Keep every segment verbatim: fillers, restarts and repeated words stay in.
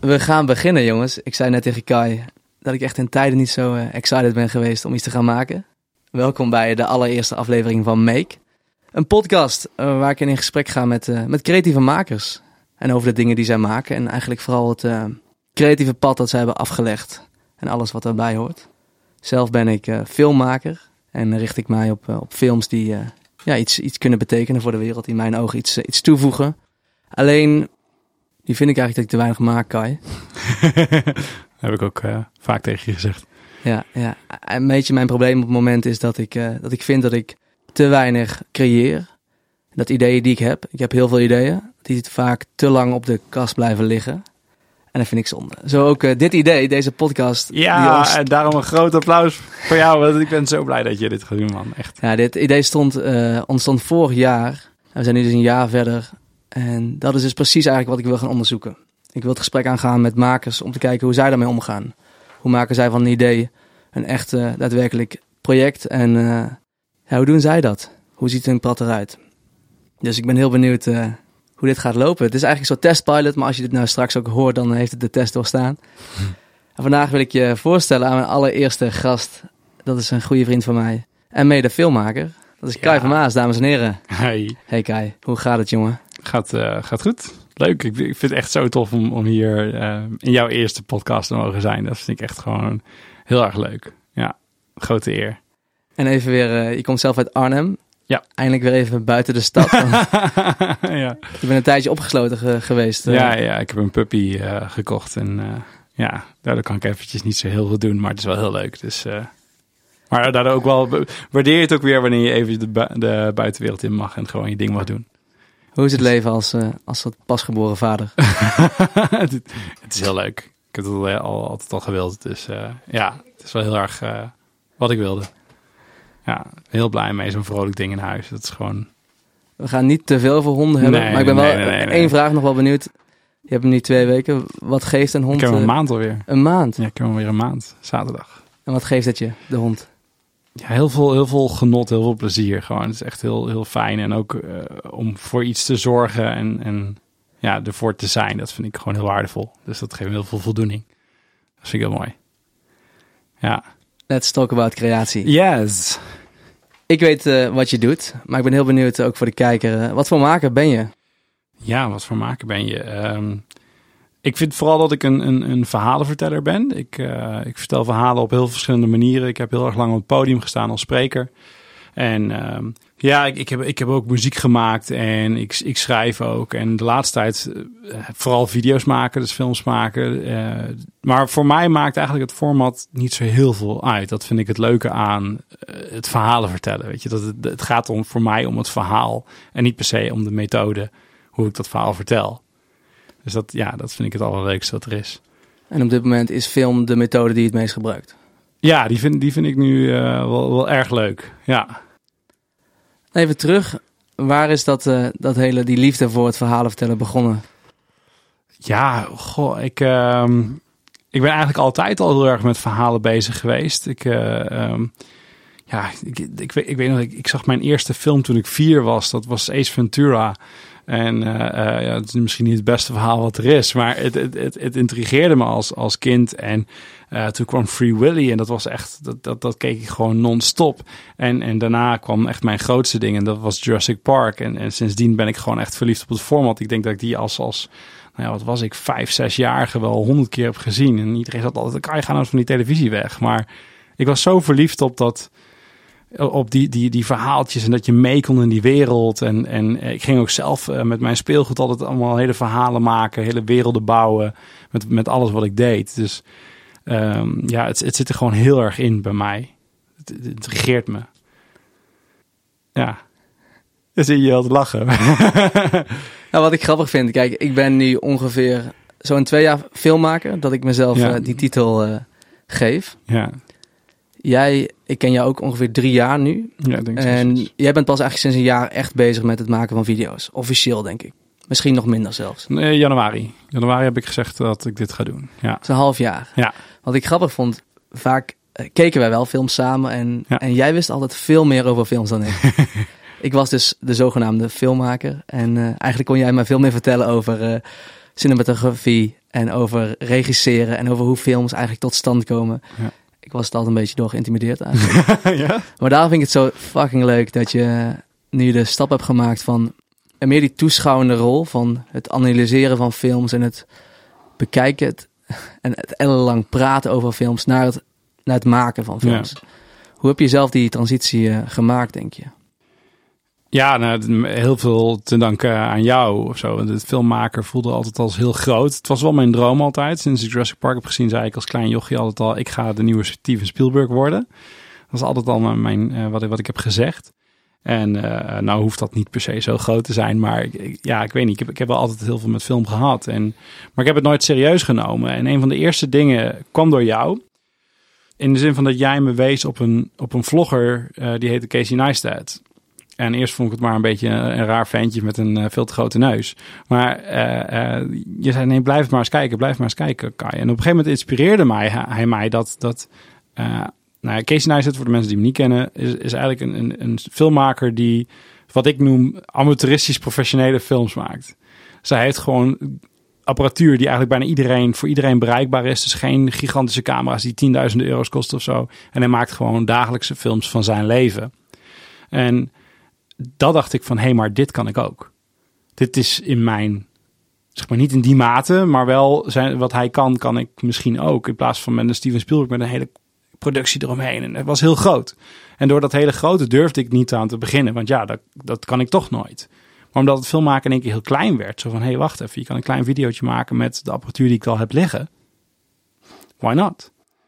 We gaan beginnen, jongens. Ik zei net tegen Kai dat ik echt in tijden niet zo uh, excited ben geweest om iets te gaan maken. Welkom bij de allereerste aflevering van Make. Een podcast uh, waar ik in gesprek ga met, uh, met creatieve makers. En over de dingen die zij maken. En eigenlijk vooral het uh, creatieve pad dat zij hebben afgelegd. En alles wat daarbij hoort. Zelf ben ik uh, filmmaker. En richt ik mij op, uh, op films die uh, ja, iets, iets kunnen betekenen voor de wereld. In mijn ogen iets, uh, iets toevoegen. Alleen, die vind ik eigenlijk dat ik te weinig maak, Kai. Heb ik ook uh, vaak tegen je gezegd. Ja, ja, een beetje mijn probleem op het moment is dat ik, uh, dat ik vind dat ik te weinig creëer. Dat ideeën die ik heb, ik heb heel veel ideeën, die vaak te lang op de kast blijven liggen. En dat vind ik zonde. Zo ook uh, dit idee, deze podcast. Ja, ons... en daarom een groot applaus voor jou. Want ik ben zo blij dat je dit gaat doen, man. Echt. Ja, dit idee stond, uh, ontstond vorig jaar. We zijn nu dus een jaar verder. En dat is dus precies eigenlijk wat ik wil gaan onderzoeken. Ik wil het gesprek aangaan met makers om te kijken hoe zij daarmee omgaan. Hoe maken zij van een idee een echt uh, daadwerkelijk project? En uh, ja, hoe doen zij dat? Hoe ziet hun pad eruit? Dus ik ben heel benieuwd uh, hoe dit gaat lopen. Het is eigenlijk zo'n testpilot, maar als je dit nou straks ook hoort, dan heeft het de test doorstaan. Hm. En vandaag wil ik je voorstellen aan mijn allereerste gast. Dat is een goede vriend van mij. En mede filmmaker. Dat is Kai ja. van Maas, dames en heren. Hey. Hey Kai, hoe gaat het, jongen? Gaat, uh, gaat goed. Leuk. Ik, ik vind het echt zo tof om, om hier uh, in jouw eerste podcast te mogen zijn. Dat vind ik echt gewoon heel erg leuk. Ja, grote eer. En even weer, uh, je komt zelf uit Arnhem. Ja. Eindelijk weer even buiten de stad. Ja. Je bent een tijdje opgesloten ge- geweest. Uh. Ja, ja, ik heb een puppy uh, gekocht. En uh, ja, daardoor kan ik eventjes niet zo heel veel doen. Maar het is wel heel leuk. Dus, uh, maar daardoor ook wel, waardeer je het ook weer wanneer je even de, bu- de buitenwereld in mag. En gewoon je ding mag doen. Hoe is het leven als, uh, als pasgeboren vader? het, het is heel leuk. Ik heb het al, al, altijd al gewild. Dus uh, ja, het is wel heel erg uh, wat ik wilde. Ja, heel blij mee. Zo'n vrolijk ding in huis. Dat is gewoon... We gaan niet te veel over honden hebben. Nee, maar ik ben nee, wel nee, nee, één nee. vraag nog wel benieuwd. Je hebt hem nu twee weken. Wat geeft een hond? Ik heb hem een uh, maand alweer. Een maand? Ja, ik heb hem weer een maand. Zaterdag. En wat geeft het je, de hond? Ja, heel veel, heel veel genot, heel veel plezier. Gewoon. Het is echt heel, heel fijn. En ook uh, om voor iets te zorgen en, en ja, ervoor te zijn. Dat vind ik gewoon heel waardevol. Dus dat geeft me heel veel voldoening. Dat vind ik heel mooi. Ja. Let's talk about creatie. Yes. Ik weet uh, wat je doet, maar ik ben heel benieuwd ook voor de kijker. Uh, wat voor maker ben je? Ja, wat voor maker ben je? Um, ik vind vooral dat ik een, een, een verhalenverteller ben. Ik, uh, ik vertel verhalen op heel verschillende manieren. Ik heb heel erg lang op het podium gestaan als spreker. En um, ja, ik, ik, heb, ik heb ook muziek gemaakt en ik, ik schrijf ook. En de laatste tijd uh, vooral video's maken, dus films maken. Uh, maar voor mij maakt eigenlijk het format niet zo heel veel uit. Dat vind ik het leuke aan uh, het verhalen vertellen. Weet je? Dat het, het gaat om, voor mij om het verhaal en niet per se om de methode hoe ik dat verhaal vertel. Dus dat, ja, dat vind ik het allerleukste wat er is. En op dit moment is film de methode die je het meest gebruikt? Ja, die vind, die vind ik nu uh, wel, wel erg leuk. Ja. Even terug. Waar is dat, uh, dat hele, die liefde voor het verhalen vertellen begonnen? Ja, goh, ik, uh, ik ben eigenlijk altijd al heel erg met verhalen bezig geweest. Ik, uh, um, ja, ik, ik, ik, weet, ik weet nog, ik, ik zag mijn eerste film toen ik vier was. Dat was Ace Ventura. En uh, uh, ja, het is misschien niet het beste verhaal wat er is, maar het, het, het, het intrigeerde me als, als kind. En uh, toen kwam Free Willy en dat was echt, dat, dat, dat keek ik gewoon non-stop. En, en daarna kwam echt mijn grootste ding en dat was Jurassic Park. En, en sindsdien ben ik gewoon echt verliefd op het format. Ik denk dat ik die als, als nou ja, wat was ik, vijf, zesjarige wel honderd keer heb gezien. En iedereen zat altijd, kan je gaan nou van die televisie weg. Maar ik was zo verliefd op dat... op die, die, die verhaaltjes en dat je mee kon in die wereld. En, en ik ging ook zelf uh, met mijn speelgoed altijd allemaal hele verhalen maken, hele werelden bouwen met, met alles wat ik deed. Dus um, ja, het, het zit er gewoon heel erg in bij mij. Het, het, het regeert me. Ja. Dan zie je wel te lachen. Nou, wat ik grappig vind, kijk, ik ben nu ongeveer zo'n twee jaar filmmaker, dat ik mezelf ja. uh, die titel uh, geef. Ja. Jij, ik ken jou ook ongeveer drie jaar nu. Ja, denk ik. En jij bent pas eigenlijk sinds een jaar echt bezig met het maken van video's. Officieel, denk ik. Misschien nog minder zelfs. Nee, januari. Januari heb ik gezegd dat ik dit ga doen. Ja. Dat is een half jaar. Ja. Wat ik grappig vond, vaak uh, keken wij wel films samen. En, ja. en jij wist altijd veel meer over films dan ik. Ik was dus de zogenaamde filmmaker. En uh, eigenlijk kon jij mij veel meer vertellen over... Uh, cinematografie en over regisseren en over hoe films eigenlijk tot stand komen. Ja. Ik was het altijd een beetje door geïntimideerd eigenlijk. Ja? Maar daarom vind ik het zo fucking leuk dat je nu de stap hebt gemaakt van en meer die toeschouwende rol van het analyseren van films en het bekijken het, en het ellenlang praten over films naar het, naar het maken van films. Ja. Hoe heb je zelf die transitie uh, gemaakt, denk je? Ja, nou, heel veel te danken aan jou of zo. Het filmmaker voelde altijd als heel groot. Het was wel mijn droom altijd. Sinds ik Jurassic Park heb gezien, zei ik als klein jochie altijd al, ik ga de nieuwe Steven Spielberg worden. Dat is altijd al mijn, uh, wat, wat ik heb gezegd. En uh, nou hoeft dat niet per se zo groot te zijn, maar ik, ja, ik weet niet. Ik heb, ik heb wel altijd heel veel met film gehad. En, maar ik heb het nooit serieus genomen. En een van de eerste dingen kwam door jou. In de zin van dat jij me wees op een, op een vlogger, uh, die heette Casey Neistat. En eerst vond ik het maar een beetje een, een raar ventje met een uh, veel te grote neus. Maar uh, uh, je zei, nee, blijf maar eens kijken, blijf maar eens kijken, Kai. En op een gegeven moment inspireerde mij, hij mij dat... dat uh, nou, Casey Neistat, voor de mensen die hem niet kennen, is, is eigenlijk een, een, een filmmaker die, wat ik noem, amateuristisch professionele films maakt. Zij heeft gewoon apparatuur die eigenlijk bijna iedereen, voor iedereen bereikbaar is. Dus geen gigantische camera's die tienduizenden euro's kosten of zo. En hij maakt gewoon dagelijkse films van zijn leven. En dat dacht ik van, hé, hey, maar dit kan ik ook. Dit is in mijn, zeg maar niet in die mate, maar wel zijn, wat hij kan, kan ik misschien ook. In plaats van met een Steven Spielberg met een hele productie eromheen. En het was heel groot. En door dat hele grote durfde ik niet aan te beginnen. Want ja, dat, dat kan ik toch nooit. Maar omdat het filmmaken in één keer heel klein werd. Zo van, hé, hey, wacht even. Je kan een klein videootje maken met de apparatuur die ik al heb liggen. Why not?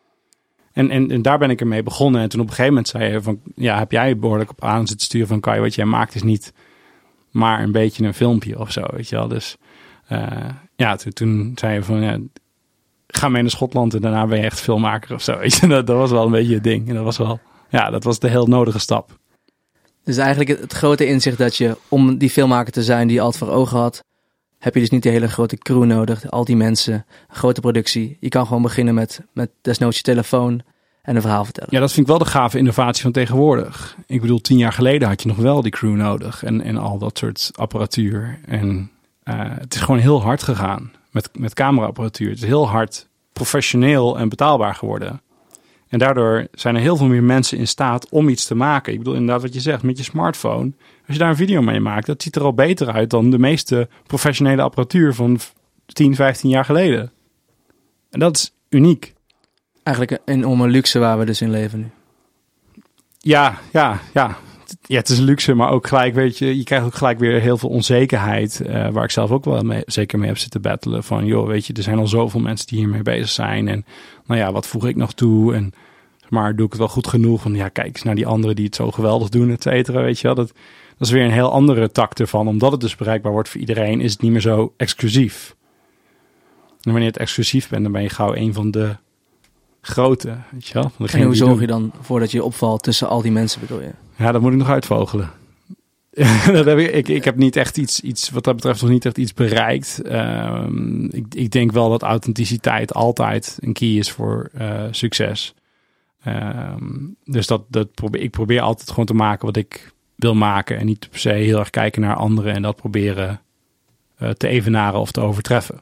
En, en, en daar ben ik ermee begonnen. En toen op een gegeven moment zei je van, ja, heb jij behoorlijk op aan zitten sturen van, Kai, wat jij maakt is niet maar een beetje een filmpje of zo, weet je wel. Dus uh, ja, toen, toen zei je van, ja, ga mee naar Schotland en daarna ben je echt filmmaker of zo. Weet je? Dat, dat was wel een beetje het ding. En dat was wel, ja, dat was de heel nodige stap. Dus eigenlijk het, het grote inzicht dat je, om die filmmaker te zijn die je altijd voor ogen had, heb je dus niet de hele grote crew nodig, al die mensen, een grote productie. Je kan gewoon beginnen met, met desnoods je telefoon en een verhaal vertellen. Ja, dat vind ik wel de gave innovatie van tegenwoordig. Ik bedoel, tien jaar geleden had je nog wel die crew nodig en, en al dat soort apparatuur. En uh, het is gewoon heel hard gegaan met, met cameraapparatuur. Het is heel hard professioneel en betaalbaar geworden. En daardoor zijn er heel veel meer mensen in staat om iets te maken. Ik bedoel, inderdaad wat je zegt, met je smartphone. Als je daar een video mee maakt, dat ziet er al beter uit dan de meeste professionele apparatuur van tien, vijftien jaar geleden. En dat is uniek. Eigenlijk een enorme luxe waar we dus in leven nu. Ja, ja, ja. Ja, het is een luxe, maar ook gelijk, weet je, je krijgt ook gelijk weer heel veel onzekerheid. Uh, waar ik zelf ook wel mee, zeker mee heb zitten battelen. Van, joh, weet je, er zijn al zoveel mensen die hiermee bezig zijn. En nou ja, wat voeg ik nog toe? En maar doe ik het wel goed genoeg? Van ja, kijk eens naar die anderen die het zo geweldig doen, et cetera. Weet je wel, dat, dat is weer een heel andere tak ervan. Omdat het dus bereikbaar wordt voor iedereen, is het niet meer zo exclusief. En wanneer het exclusief bent, dan ben je gauw een van de grote, weet je wel. En hoe zorg je dan voor dat je opvalt tussen al die mensen, bedoel je? Ja, dat moet ik nog uitvogelen. dat heb ik, ik, ik heb niet echt iets, iets, wat dat betreft nog niet echt iets bereikt. Um, ik, ik denk wel dat authenticiteit altijd een key is voor uh, succes. Um, dus dat, dat probeer, ik probeer altijd gewoon te maken wat ik wil maken. En niet per se heel erg kijken naar anderen en dat proberen uh, te evenaren of te overtreffen.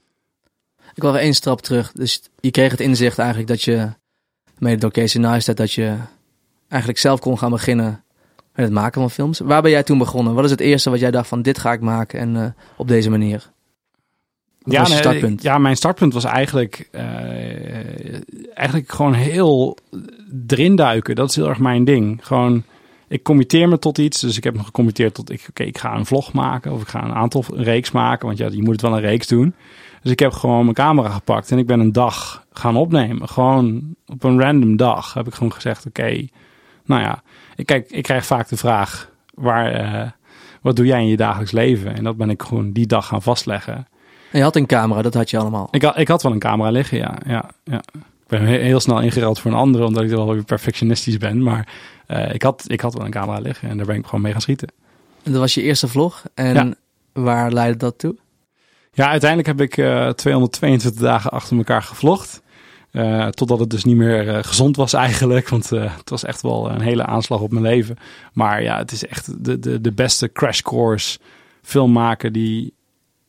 Ik wil even één stap terug. Dus je kreeg het inzicht eigenlijk dat je, mede door Casey Neistat, dat je eigenlijk zelf kon gaan beginnen met het maken van films. Waar ben jij toen begonnen? Wat is het eerste wat jij dacht van, dit ga ik maken en uh, op deze manier? Wat ja, was je nee, startpunt? Ja, mijn startpunt was eigenlijk, uh, eigenlijk gewoon heel erin duiken. Dat is heel erg mijn ding. Gewoon, ik committeer me tot iets. Dus ik heb me gecommitteerd tot, oké, okay, ik ga een vlog maken. Of ik ga een aantal een reeks maken. Want ja, je moet het wel een reeks doen. Dus ik heb gewoon mijn camera gepakt. En ik ben een dag gaan opnemen. Gewoon op een random dag heb ik gewoon gezegd, oké, okay, nou ja. Ik, kijk, ik krijg vaak de vraag, waar, uh, wat doe jij in je dagelijks leven? En dat ben ik gewoon die dag gaan vastleggen. En je had een camera, dat had je allemaal? Ik had, ik had wel een camera liggen, ja. ja, ja. Ik ben heel snel ingeruild voor een andere, omdat ik er wel weer perfectionistisch ben. Maar uh, ik, had, ik had wel een camera liggen en daar ben ik gewoon mee gaan schieten. En dat was je eerste vlog. En ja. Waar leidde dat toe? Ja, uiteindelijk heb ik uh, tweehonderdtweeëntwintig dagen achter elkaar gevlogd. Uh, totdat het dus niet meer uh, gezond was eigenlijk. Want uh, het was echt wel een hele aanslag op mijn leven. Maar ja, het is echt de, de, de beste crash course film maken die,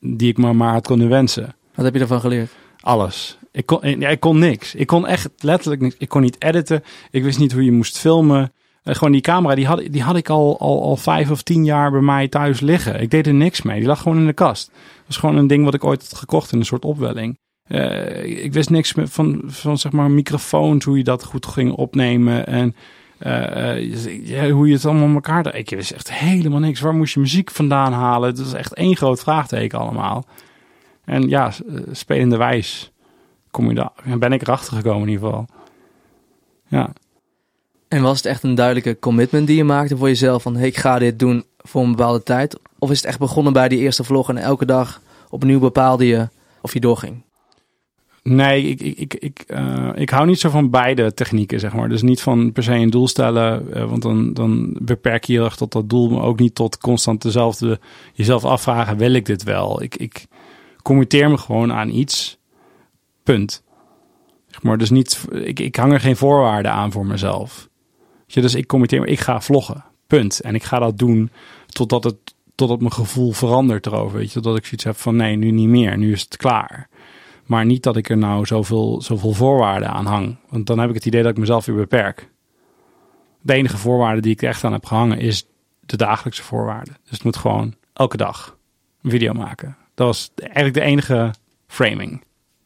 die ik me maar had kunnen wensen. Wat heb je ervan geleerd? Alles. Ik kon, ja, ik kon niks. Ik kon echt letterlijk niks. Ik kon niet editen. Ik wist niet hoe je moest filmen. Uh, gewoon die camera, die had, die had ik al, al, al vijf of tien jaar bij mij thuis liggen. Ik deed er niks mee. Die lag gewoon in de kast. Dat was gewoon een ding wat ik ooit had gekocht in een soort opwelling. Uh, ik wist niks van, van zeg maar microfoons, hoe je dat goed ging opnemen en uh, uh, ja, hoe je het allemaal in elkaar deed. Ik wist echt helemaal niks. Waar moest je muziek vandaan halen? Het was echt één groot vraagteken allemaal. En ja, spelende wijs kom je daar, ben ik erachter gekomen in ieder geval. Ja. En was het echt een duidelijke commitment die je maakte voor jezelf? Van hey, ik ga dit doen voor een bepaalde tijd? Of is het echt begonnen bij die eerste vlog en elke dag opnieuw bepaalde je of je doorging? Nee, ik, ik, ik, ik, uh, ik hou niet zo van beide technieken, zeg maar. Dus niet van per se een doel stellen, uh, want dan, dan beperk je je heel erg tot dat doel, maar ook niet tot constant dezelfde, jezelf afvragen, wil ik dit wel? Ik, ik committeer me gewoon aan iets, punt. Zeg maar, dus niet, ik, ik hang er geen voorwaarden aan voor mezelf. Ja, dus ik committeer me, ik ga vloggen, punt. En ik ga dat doen totdat het, totdat mijn gevoel verandert erover, weet je. Totdat ik zoiets heb van, nee, nu niet meer, nu is het klaar. Maar niet dat ik er nou zoveel, zoveel voorwaarden aan hang. Want dan heb ik het idee dat ik mezelf weer beperk. De enige voorwaarde die ik er echt aan heb gehangen is de dagelijkse voorwaarden. Dus het moet gewoon elke dag een video maken. Dat was eigenlijk de enige framing.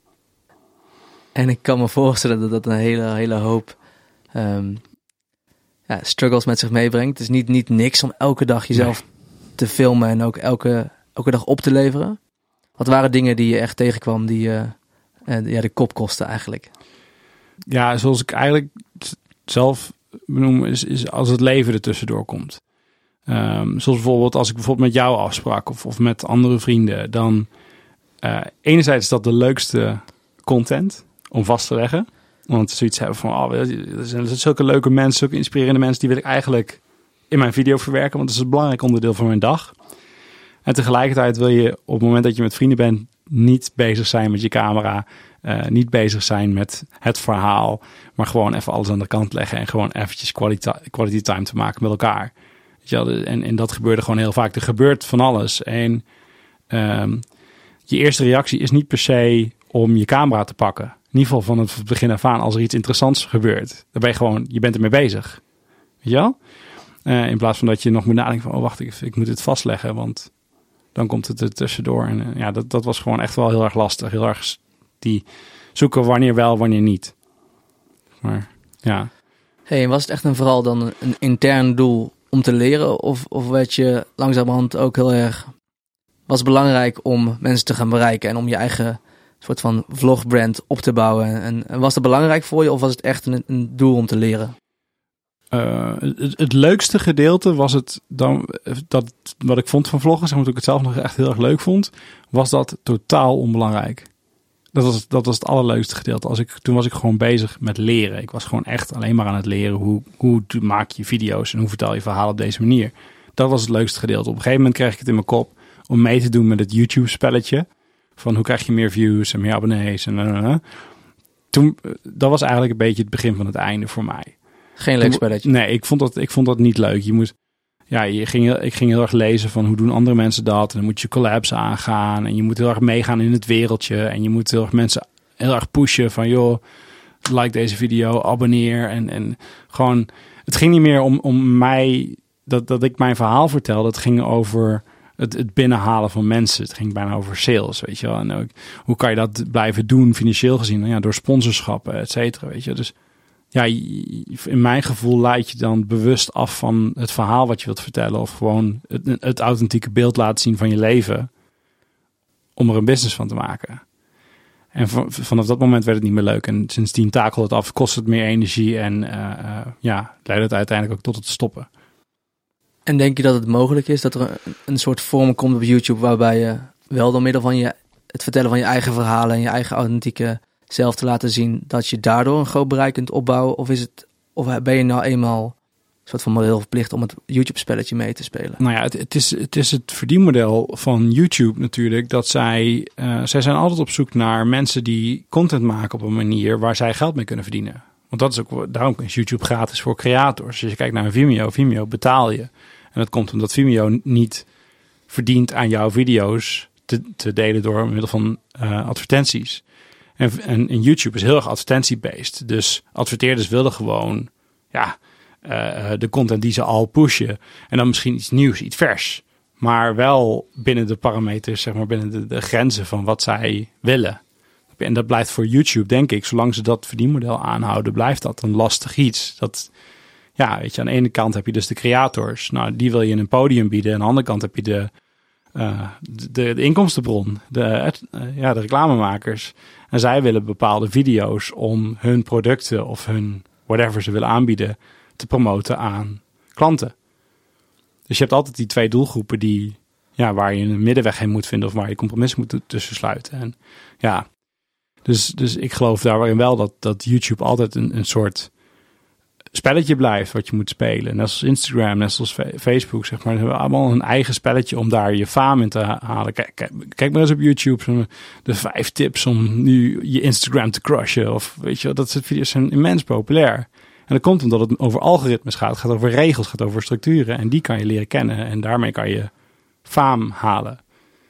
En ik kan me voorstellen dat dat een hele, hele hoop um, ja, struggles met zich meebrengt. Het is niet, niet niks om elke dag jezelf nee. te filmen en ook elke, elke dag op te leveren. Wat waren dingen die je echt tegenkwam die uh, uh, ja, de kop kostten eigenlijk? Ja, zoals ik eigenlijk zelf benoem, is, is als het leven er tussendoor komt. Um, zoals bijvoorbeeld als ik bijvoorbeeld met jou afsprak of, of met andere vrienden. Dan uh, enerzijds is dat de leukste content om vast te leggen. Want zoiets hebben van, oh, er zijn zulke leuke mensen, zulke inspirerende mensen, die wil ik eigenlijk in mijn video verwerken. Want dat is een belangrijk onderdeel van mijn dag. En tegelijkertijd wil je op het moment dat je met vrienden bent niet bezig zijn met je camera. Uh, niet bezig zijn met het verhaal. Maar gewoon even alles aan de kant leggen. En gewoon eventjes quality, quality time te maken met elkaar. Weet je wel? En, en dat gebeurde gewoon heel vaak. Er gebeurt van alles. En um, je eerste reactie is niet per se om je camera te pakken. In ieder geval van het begin af aan als er iets interessants gebeurt. Dan ben je gewoon, je bent ermee bezig. Weet je wel? Uh, in plaats van dat je nog moet nadenken van, oh wacht, ik, ik moet dit vastleggen. Want dan komt het er tussendoor. En uh, ja, dat, dat was gewoon echt wel heel erg lastig. Heel erg die zoeken wanneer wel, wanneer niet. Maar ja. Hey, en was het echt een vooral dan een, een intern doel om te leren? Of, of werd je langzamerhand ook heel erg... Was het belangrijk om mensen te gaan bereiken en om je eigen soort van vlogbrand op te bouwen? En, en was dat belangrijk voor je of was het echt een, een doel om te leren? Uh, het, het leukste gedeelte was het dan, dat wat ik vond van vloggen, zeg maar, toen ik het zelf nog echt heel erg leuk vond, was dat totaal onbelangrijk. Dat was, dat was het allerleukste gedeelte. Als ik, toen was ik gewoon bezig met leren. Ik was gewoon echt alleen maar aan het leren hoe, hoe maak je video's en hoe vertel je verhalen op deze manier. Dat was het leukste gedeelte. Op een gegeven moment kreeg ik het in mijn kop om mee te doen met het YouTube-spelletje. Van hoe krijg je meer views en meer abonnees. En, en, en. Toen, dat was eigenlijk een beetje het begin van het einde voor mij. Geen leuk spelletje? Nee, ik vond dat, ik vond dat niet leuk. Je moet, ja, je ging, ik ging heel erg lezen van hoe doen andere mensen dat. En dan moet je collabs aangaan. En je moet heel erg meegaan in het wereldje. En je moet heel erg mensen heel erg pushen van joh, like deze video, abonneer. En, en gewoon, het ging niet meer om, om mij, dat, dat ik mijn verhaal vertelde. Het ging over het, het binnenhalen van mensen. Het ging bijna over sales, weet je wel. En ook, hoe kan je dat blijven doen financieel gezien? Nou ja, door sponsorschappen, et cetera, weet je. Dus ja, in mijn gevoel leid je dan bewust af van het verhaal wat je wilt vertellen. Of gewoon het, het authentieke beeld laten zien van je leven. Om er een business van te maken. En van, vanaf dat moment werd het niet meer leuk. En sindsdien takelde het af, kost het meer energie. En uh, uh, ja, leidde het uiteindelijk ook tot het stoppen. En denk je dat het mogelijk is dat er een, een soort vorm komt op YouTube waarbij je wel door middel van je, het vertellen van je eigen verhalen en je eigen authentieke zelf te laten zien, dat je daardoor een groot bereik kunt opbouwen? Of is het, of ben je nou eenmaal een soort van moreel verplicht om het YouTube-spelletje mee te spelen? Nou ja, het, het, is, het is het verdienmodel van YouTube natuurlijk, dat zij, uh, zij zijn altijd op zoek naar mensen die content maken op een manier waar zij geld mee kunnen verdienen. Want dat is ook, daarom is YouTube gratis voor creators. Als je kijkt naar een Vimeo, Vimeo betaal je. En dat komt omdat Vimeo niet verdient aan jouw video's te, te delen door middel van uh, advertenties. En, en, en YouTube is heel erg advertentie-based. Dus adverteerders willen gewoon ja, uh, de content die ze al pushen. En dan misschien iets nieuws, iets vers. Maar wel binnen de parameters, zeg maar binnen de, de grenzen van wat zij willen. En dat blijft voor YouTube, denk ik, zolang ze dat verdienmodel aanhouden, blijft dat een lastig iets. Dat, ja, weet je, aan de ene kant heb je dus de creators. Nou, die wil je een podium bieden. Aan de andere kant heb je de, uh, de, de inkomstenbron, de, uh, ja, de reclamemakers. En zij willen bepaalde video's om hun producten of hun whatever ze willen aanbieden te promoten aan klanten. Dus je hebt altijd die twee doelgroepen die, ja, waar je een middenweg heen moet vinden of waar je compromissen moet tussen sluiten. En ja, dus, dus ik geloof daarin wel dat, dat YouTube altijd een, een soort spelletje blijft wat je moet spelen. Net als Instagram, net als Facebook, zeg maar. Ze hebben allemaal een eigen spelletje om daar je faam in te halen. Kijk, kijk, kijk maar eens op YouTube, de vijf tips om nu je Instagram te crushen. Of weet je, dat soort video's zijn immens populair. En dat komt omdat het over algoritmes gaat. Het gaat over regels, het gaat over structuren. En die kan je leren kennen. En daarmee kan je faam halen.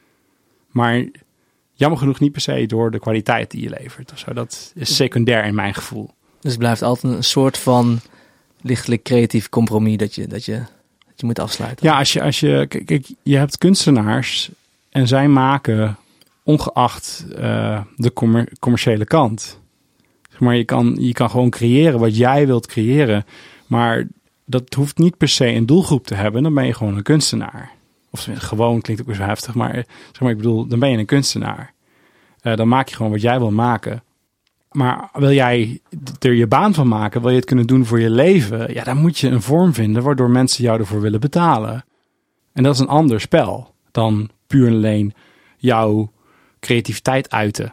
Maar jammer genoeg niet per se door de kwaliteit die je levert. Of zo. Dat is secundair in mijn gevoel. Dus het blijft altijd een soort van lichtelijk creatief compromis dat je, dat je, dat je moet afsluiten. Ja, als je, als je, kijk, je hebt kunstenaars en zij maken ongeacht uh, de commer- commerciële kant. Maar je kan, je kan gewoon creëren wat jij wilt creëren. Maar dat hoeft niet per se een doelgroep te hebben. Dan ben je gewoon een kunstenaar. Of gewoon klinkt ook weer zo heftig. Maar, zeg maar ik bedoel, dan ben je een kunstenaar. Uh, dan maak je gewoon wat jij wil maken. Maar wil jij er je baan van maken? Wil je het kunnen doen voor je leven? Ja, dan moet je een vorm vinden waardoor mensen jou ervoor willen betalen. En dat is een ander spel dan puur en alleen jouw creativiteit uiten.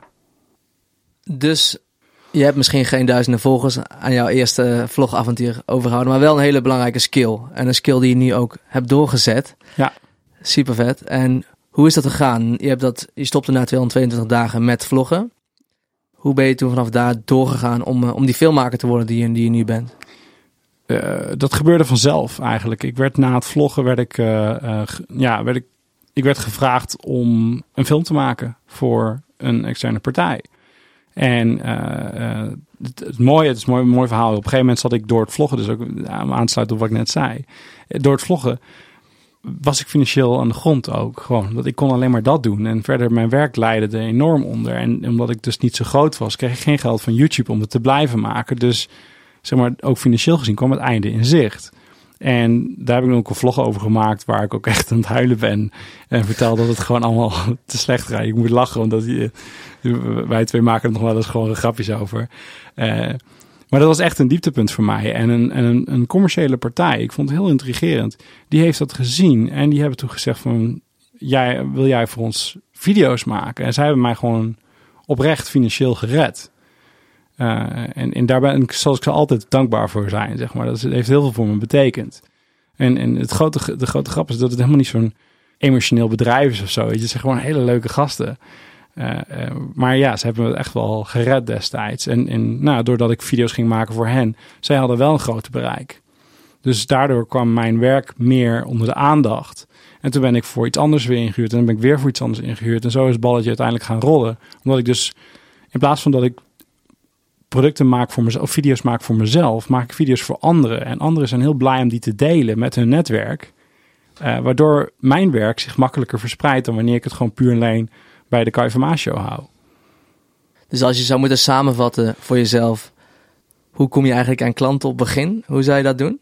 Dus je hebt misschien geen duizenden volgers aan jouw eerste vlogavontuur overgehouden, maar wel een hele belangrijke skill. En een skill die je nu ook hebt doorgezet. Ja. Super vet. En hoe is dat gegaan? Je, hebt dat, je stopte na tweehonderdtweeëntwintig dagen met vloggen. Hoe ben je toen vanaf daar doorgegaan om, uh, om die filmmaker te worden die je, die je nu bent? Uh, dat gebeurde vanzelf eigenlijk. Ik werd na het vloggen werd ik, uh, uh, ja, werd ik, ik werd gevraagd om een film te maken voor een externe partij. En uh, uh, het, het mooie, het is een mooi, mooi verhaal. Op een gegeven moment zat ik door het vloggen, dus ook ja, aansluiten op wat ik net zei. Door het vloggen was ik financieel aan de grond ook. Gewoon, dat ik kon alleen maar dat doen. En verder, mijn werk leidde er enorm onder. En omdat ik dus niet zo groot was, kreeg ik geen geld van YouTube om het te blijven maken. Dus zeg maar, ook financieel gezien kwam het einde in zicht. En daar heb ik ook een vlog over gemaakt waar ik ook echt aan het huilen ben. En vertel dat het gewoon allemaal te slecht gaat. Ik moet lachen, omdat je, wij twee maken er nog wel eens gewoon grapjes over. Uh, maar dat was echt een dieptepunt voor mij. En een, en een, een commerciële partij, ik vond het heel intrigerend. Die heeft dat gezien en die hebben toen gezegd van, jij, wil jij voor ons video's maken? En zij hebben mij gewoon oprecht financieel gered. Uh, en, en daar ben ik, zal ik ze altijd dankbaar voor zijn, zeg maar. Dat heeft heel veel voor me betekend. En, en het grote, de grote grap is dat het helemaal niet zo'n emotioneel bedrijf is of zo. Het zijn gewoon hele leuke gasten. Uh, uh, maar ja, ze hebben het echt wel gered destijds. En, en nou, doordat ik video's ging maken voor hen, zij hadden wel een groot bereik. Dus daardoor kwam mijn werk meer onder de aandacht. En toen ben ik voor iets anders weer ingehuurd. En dan ben ik weer voor iets anders ingehuurd. En zo is het balletje uiteindelijk gaan rollen. Omdat ik dus, in plaats van dat ik producten maak voor mezelf, of video's maak voor mezelf, maak ik video's voor anderen. En anderen zijn heel blij om die te delen met hun netwerk. Uh, waardoor mijn werk zich makkelijker verspreidt dan wanneer ik het gewoon puur en alleen bij de K V M A-show hou. Dus als je zou moeten samenvatten voor jezelf, hoe kom je eigenlijk aan klanten op begin? Hoe zou je dat doen?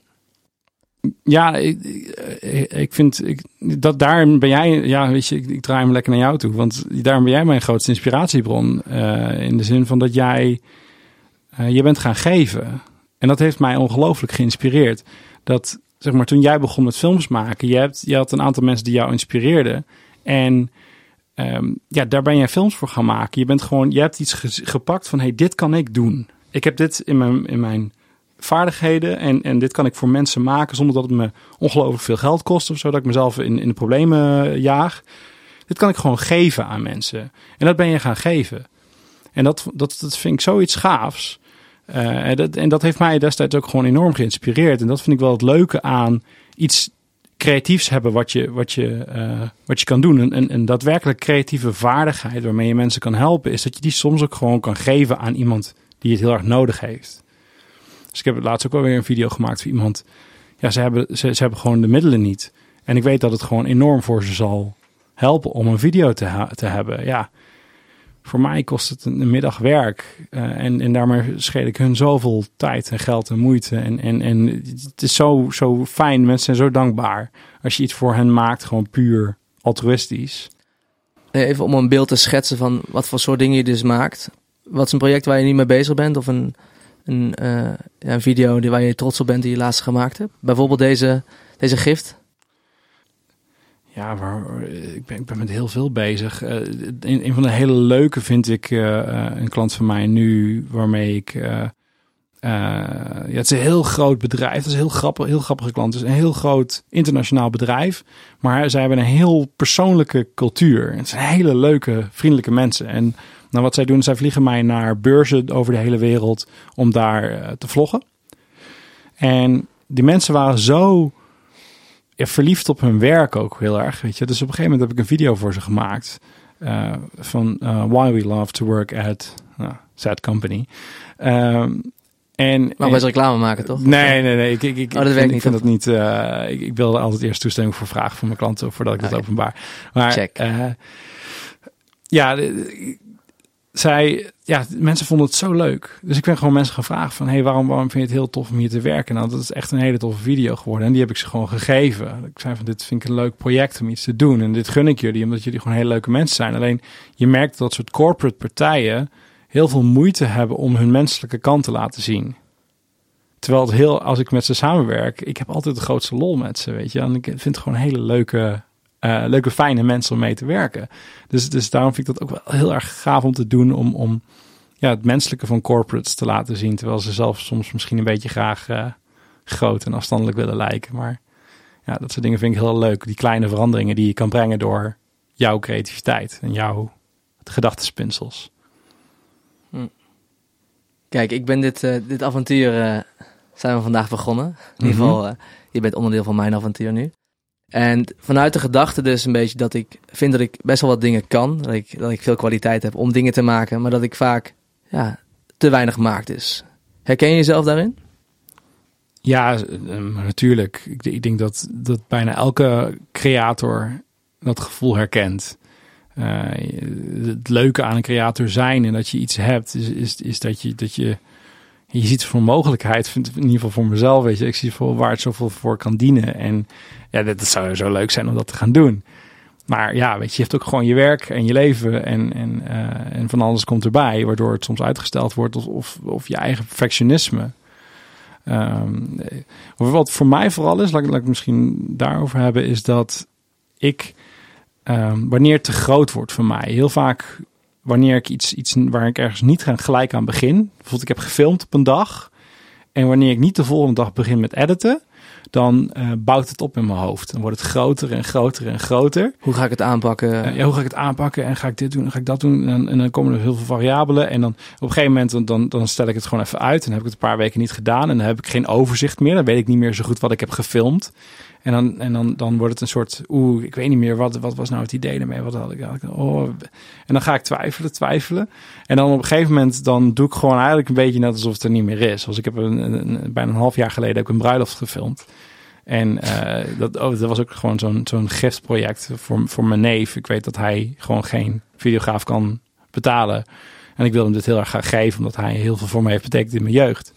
Ja, ik, ik, ik vind ik, dat daar ben jij, ja, weet je, ik, ik draai hem lekker naar jou toe, want daar ben jij mijn grootste inspiratiebron. Uh, in de zin van dat jij, uh, je bent gaan geven. En dat heeft mij ongelooflijk geïnspireerd. Dat, zeg maar, toen jij begon met films maken, je, hebt, je had een aantal mensen die jou inspireerden. En um, ja, daar ben jij films voor gaan maken. Je bent gewoon, je hebt iets ge, gepakt van, hey, dit kan ik doen. Ik heb dit in mijn, in mijn vaardigheden en, en dit kan ik voor mensen maken zonder dat het me ongelooflijk veel geld kost of zo, dat ik mezelf in, in de problemen jaag. Dit kan ik gewoon geven aan mensen. En dat ben je gaan geven. En dat, dat, dat vind ik zoiets gaafs. Uh, en, dat, en dat heeft mij destijds ook gewoon enorm geïnspireerd. En dat vind ik wel het leuke aan iets creatiefs hebben wat je, wat je, uh, wat je kan doen. Een, een, een daadwerkelijk creatieve vaardigheid waarmee je mensen kan helpen, is dat je die soms ook gewoon kan geven aan iemand die het heel erg nodig heeft. Dus ik heb laatst ook alweer een video gemaakt voor iemand. Ja, ze hebben, ze, ze hebben gewoon de middelen niet. En ik weet dat het gewoon enorm voor ze zal helpen om een video te, ha- te hebben. Ja, voor mij kost het een, een middag werk. Uh, en, en daarmee scheel ik hun zoveel tijd en geld en moeite. En, en, en het is zo, zo fijn. Mensen zijn zo dankbaar als je iets voor hen maakt, gewoon puur altruïstisch. Even om een beeld te schetsen van wat voor soort dingen je dus maakt. Wat is een project waar je niet mee bezig bent? Of een, een, uh, ja, een video die, waar je trots op bent die je laatst gemaakt hebt? Bijvoorbeeld deze, deze gift. Ja, waar, ik, ben, ik ben met heel veel bezig. Uh, een, een van de hele leuke vind ik uh, uh, een klant van mij nu, waarmee ik... Uh, uh, ja, het is een heel groot bedrijf. Het is een heel grappig, heel grappige klant. Het is een heel groot internationaal bedrijf. Maar zij hebben een heel persoonlijke cultuur. Het zijn hele leuke, vriendelijke mensen. En nou, wat zij doen, zij vliegen mij naar beurzen over de hele wereld om daar uh, te vloggen. En die mensen waren zo... Ja, verliefd op hun werk ook heel erg, weet je. Dus op een gegeven moment heb ik een video voor ze gemaakt uh, van uh, Why We Love to Work at uh, Sad Company. Um, en maar best reclame maken, toch? Nee, nee, nee. Ik, ik, ik, oh, dat werkt ik niet. vind dat niet. Uh, ik, ik wilde altijd eerst toestemming voor vragen van mijn klanten voordat ik dat okay. openbaar. Maar check. Uh, ja. De, Zij, ja, mensen vonden het zo leuk. Dus ik ben gewoon mensen gaan vragen van... hey, waarom, waarom vind je het heel tof om hier te werken? Nou, dat is echt een hele toffe video geworden. En die heb ik ze gewoon gegeven. Ik zei van, dit vind ik een leuk project om iets te doen. En dit gun ik jullie, omdat jullie gewoon hele leuke mensen zijn. Alleen, je merkt dat soort corporate partijen... heel veel moeite hebben om hun menselijke kant te laten zien. Terwijl het heel, als ik met ze samenwerk... ik heb altijd de grootste lol met ze, weet je. En ik vind het gewoon hele leuke... Uh, leuke, fijne mensen om mee te werken. Dus, dus daarom vind ik dat ook wel heel erg gaaf om te doen... om, om ja, het menselijke van corporates te laten zien... terwijl ze zelf soms misschien een beetje graag uh, groot en afstandelijk willen lijken. Maar ja, dat soort dingen vind ik heel leuk. Die kleine veranderingen die je kan brengen door jouw creativiteit... en jouw gedachtenspinsels. Hm. Kijk, ik ben dit, uh, dit avontuur... Uh, zijn we vandaag begonnen. In ieder geval, uh, je bent onderdeel van mijn avontuur nu. En vanuit de gedachte dus een beetje dat ik vind dat ik best wel wat dingen kan. Dat ik, dat ik veel kwaliteit heb om dingen te maken. Maar dat ik vaak ja, te weinig maak dus. Herken je jezelf daarin? Ja, natuurlijk. Ik, ik denk dat, dat bijna elke creator dat gevoel herkent. Uh, het leuke aan een creator zijn en dat je iets hebt... is, is, is dat je... Dat je Je ziet voor mogelijkheid, vind in ieder geval voor mezelf, weet je, ik zie voor waar het zoveel voor kan dienen. En ja, dat zou zo leuk zijn om dat te gaan doen. Maar ja, weet je, je hebt ook gewoon je werk en je leven en, en, uh, en van alles komt erbij, waardoor het soms uitgesteld wordt of, of, of je eigen perfectionisme. Um, wat voor mij vooral is, laat, laat ik misschien daarover hebben, is dat ik, um, wanneer het te groot wordt voor mij, heel vaak... Wanneer ik iets, iets waar ik ergens niet gelijk aan begin. Bijvoorbeeld ik heb gefilmd op een dag. En wanneer ik niet de volgende dag begin met editen. Dan uh, bouwt het op in mijn hoofd. Dan wordt het groter en groter en groter. Hoe ga ik het aanpakken? Uh, ja, hoe ga ik het aanpakken? En ga ik dit doen? En ga ik dat doen? En, en dan komen er heel veel variabelen. En dan op een gegeven moment dan, dan stel ik het gewoon even uit. En dan heb ik het een paar weken niet gedaan. En dan heb ik geen overzicht meer. Dan weet ik niet meer zo goed wat ik heb gefilmd. En dan, en dan, dan wordt het een soort, oeh, ik weet niet meer, wat, wat was nou het idee ermee? Wat had ik, had ik oh. En dan ga ik twijfelen, twijfelen. En dan op een gegeven moment, dan doe ik gewoon eigenlijk een beetje net alsof het er niet meer is. Als ik heb een, een, een, bijna een half jaar geleden heb ik een bruiloft gefilmd. En uh, dat, oh, dat was ook gewoon zo'n, zo'n giftproject voor, voor mijn neef. Ik weet dat hij gewoon geen videograaf kan betalen. En ik wil hem dit heel erg graag geven, omdat hij heel veel voor me heeft betekend in mijn jeugd.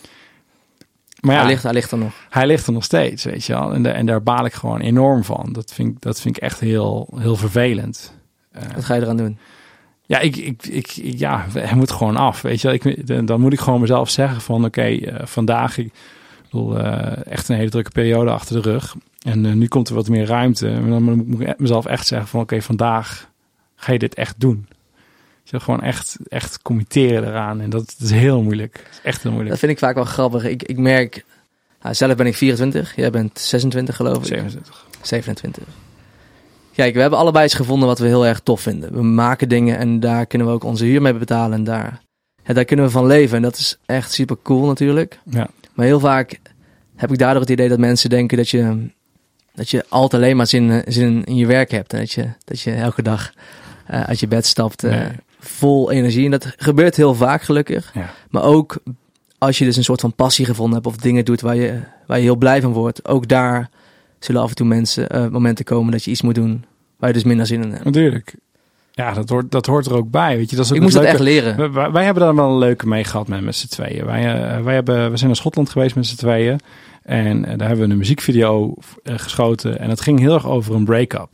Maar ja, hij, ligt, hij ligt er nog. Hij ligt er nog steeds, weet je wel. En, de, en daar baal ik gewoon enorm van. Dat vind ik, dat vind ik echt heel, heel vervelend. Uh, Wat ga je eraan doen? Ja, ik, ik, ik, ja, hij moet gewoon af, weet je wel. Ik, dan moet ik gewoon mezelf zeggen van, oké, okay, uh, vandaag... Ik bedoel, uh, echt een hele drukke periode achter de rug. En uh, nu komt er wat meer ruimte. En dan moet ik mezelf echt zeggen van, oké, okay, vandaag ga je dit echt doen. Je gewoon echt, echt committeren eraan. En dat, dat is heel moeilijk. Dat is echt heel moeilijk. Dat vind ik vaak wel grappig. Ik, ik merk, nou, zelf ben ik vierentwintig. Jij bent zesentwintig geloof ik. zevenentwintig. zevenentwintig. Kijk, we hebben allebei iets gevonden wat we heel erg tof vinden. We maken dingen en daar kunnen we ook onze huur mee betalen. En daar, ja, daar kunnen we van leven. En dat is echt super cool natuurlijk. Ja. Maar heel vaak heb ik daardoor het idee dat mensen denken dat je... Nou, dat je altijd alleen maar zin, zin in je werk hebt. En dat je, dat je elke dag uh, uit je bed stapt uh, nee. vol energie. En dat gebeurt heel vaak gelukkig. Ja. Maar ook als je dus een soort van passie gevonden hebt of dingen doet waar je, waar je heel blij van wordt. Ook daar zullen af en toe mensen, uh, momenten komen dat je iets moet doen waar je dus minder zin in hebt. Natuurlijk. Ja, dat hoort, dat hoort er ook bij. Weet je, dat is ook ik moest leuke, dat echt leren. Wij, wij hebben daar wel een leuke mee gehad met, met z'n tweeën. Wij, uh, wij hebben, we zijn naar Schotland geweest met z'n tweeën. En uh, daar hebben we een muziekvideo uh, geschoten. En het ging heel erg over een break-up.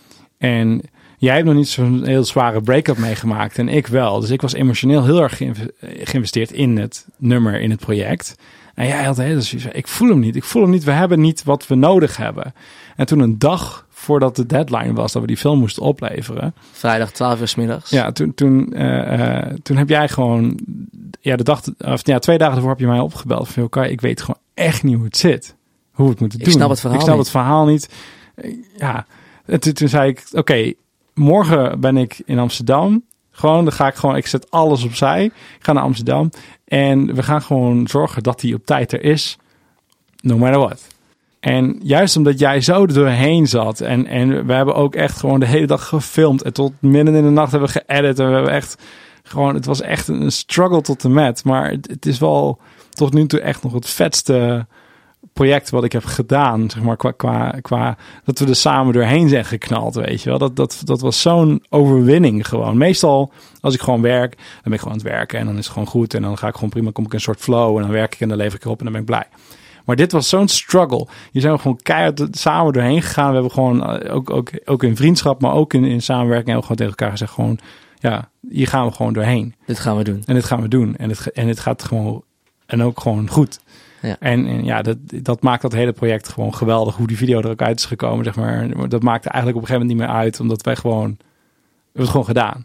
En jij hebt nog niet zo'n heel zware break-up meegemaakt. En ik wel. Dus ik was emotioneel heel erg geïnvesteerd in het nummer, in het project. En jij had heel dus ik voel hem niet. Ik voel hem niet. We hebben niet wat we nodig hebben. En toen een dag voordat de deadline was dat we die film moesten opleveren. Vrijdag twaalf uur 's middags. Ja, toen, toen, uh, uh, toen heb jij gewoon... Ja, de dag, of, ja, twee dagen ervoor heb je mij opgebeld. Van, okay, ik weet gewoon echt niet hoe het zit. Hoe we het moeten ik doen. Snap het verhaal ik snap niet. het verhaal niet. Ja, en toen, toen zei ik... Oké, okay, morgen ben ik in Amsterdam. Gewoon, dan ga ik gewoon... Ik zet alles opzij. Ik ga naar Amsterdam. En we gaan gewoon zorgen dat hij op tijd er is. No matter what. En juist omdat jij zo er doorheen zat. En, en we hebben ook echt gewoon de hele dag gefilmd. En tot midden in de nacht hebben we geëdit. En we hebben echt gewoon... Het was echt een struggle tot de met. Maar het, het is wel tot nu toe echt nog het vetste project wat ik heb gedaan. Zeg maar qua, qua, qua dat we er samen doorheen zijn geknald, weet je wel. Dat, dat, dat was zo'n overwinning gewoon. Meestal als ik gewoon werk, dan ben ik gewoon aan het werken. En dan is het gewoon goed. En dan ga ik gewoon prima, kom ik in een soort flow. En dan werk ik en dan lever ik erop en dan ben ik blij. Maar dit was zo'n struggle. Je zijn we gewoon keihard samen doorheen gegaan. We hebben gewoon ook, ook, ook in vriendschap, maar ook in, in samenwerking hebben we gewoon tegen elkaar gezegd gewoon, ja, hier gaan we gewoon doorheen. Dit gaan we doen. En dit gaan we doen. En het, en het gaat gewoon, en ook gewoon goed. Ja. En, en ja, dat, dat maakt dat hele project gewoon geweldig. Hoe die video er ook uit is gekomen, zeg maar. Dat maakte eigenlijk op een gegeven moment niet meer uit. Omdat wij gewoon, we hebben het gewoon gedaan.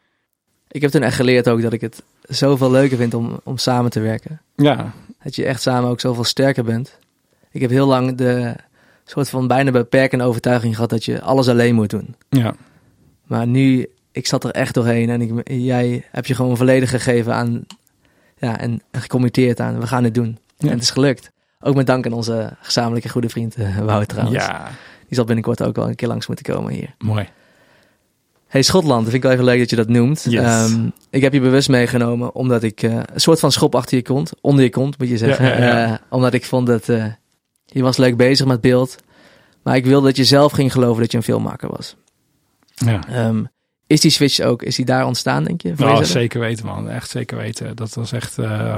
Ik heb toen echt geleerd ook dat ik het zoveel leuker vind om, om samen te werken. Ja. Dat je echt samen ook zoveel sterker bent. Ik heb heel lang de soort van bijna beperkende overtuiging gehad dat je alles alleen moet doen. Ja. Maar nu, ik zat er echt doorheen en ik, jij hebt je gewoon volledig gegeven aan, ja, en gecommitteerd aan, we gaan het doen. Ja. En het is gelukt. Ook met dank aan onze gezamenlijke goede vriend uh, Wout trouwens. Ja. Die zal binnenkort ook wel een keer langs moeten komen hier. Mooi. Hey, Schotland, dat vind ik wel even leuk dat je dat noemt. Yes. Um, ik heb je bewust meegenomen omdat ik uh, een soort van schop achter je kont, onder je kont moet je zeggen. Ja, ja, ja. Uh, omdat ik vond dat uh, je was leuk bezig met beeld. Maar ik wilde dat je zelf ging geloven dat je een filmmaker was. Ja. Um, is die switch ook, is die daar ontstaan, denk je? Nou, zeker weten, man. Echt zeker weten. Dat was echt... Uh,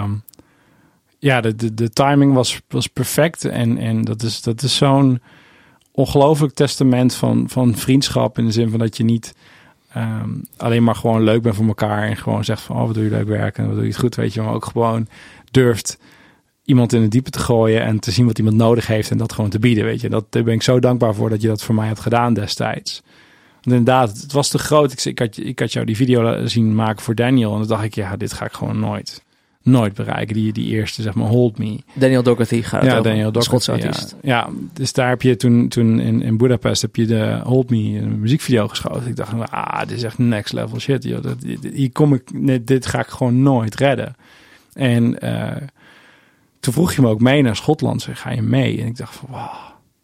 ja, de, de, de timing was, was perfect. En, en dat is, dat is zo'n ongelooflijk testament van, van vriendschap. In de zin van dat je niet um, alleen maar gewoon leuk bent voor elkaar. En gewoon zegt van, oh, wat doe je leuk werk en wat doe je het goed, weet je. Maar ook gewoon durft iemand in het diepe te gooien en te zien wat iemand nodig heeft en dat gewoon te bieden, weet je. Dat, daar ben ik zo dankbaar voor dat je dat voor mij hebt gedaan destijds. Want inderdaad, het was te groot. Ik, ik, had, ik had jou die video zien maken voor Daniel en dan dacht ik, ja, dit ga ik gewoon nooit, nooit bereiken. Die, die eerste, zeg maar, Hold Me. Daniel Doherty gaat het ja, over. Daniel Doherty, Schotse artiest. Ja, ja, dus daar heb je toen, toen in, in Budapest heb je de Hold Me een muziekvideo geschoten. Ik dacht, ah, dit is echt next level shit, joh. Dat, hier kom ik, dit, dit ga ik gewoon nooit redden. En uh, toen vroeg je me ook mee naar Schotland. Zeg, ga je mee? En ik dacht van, wow.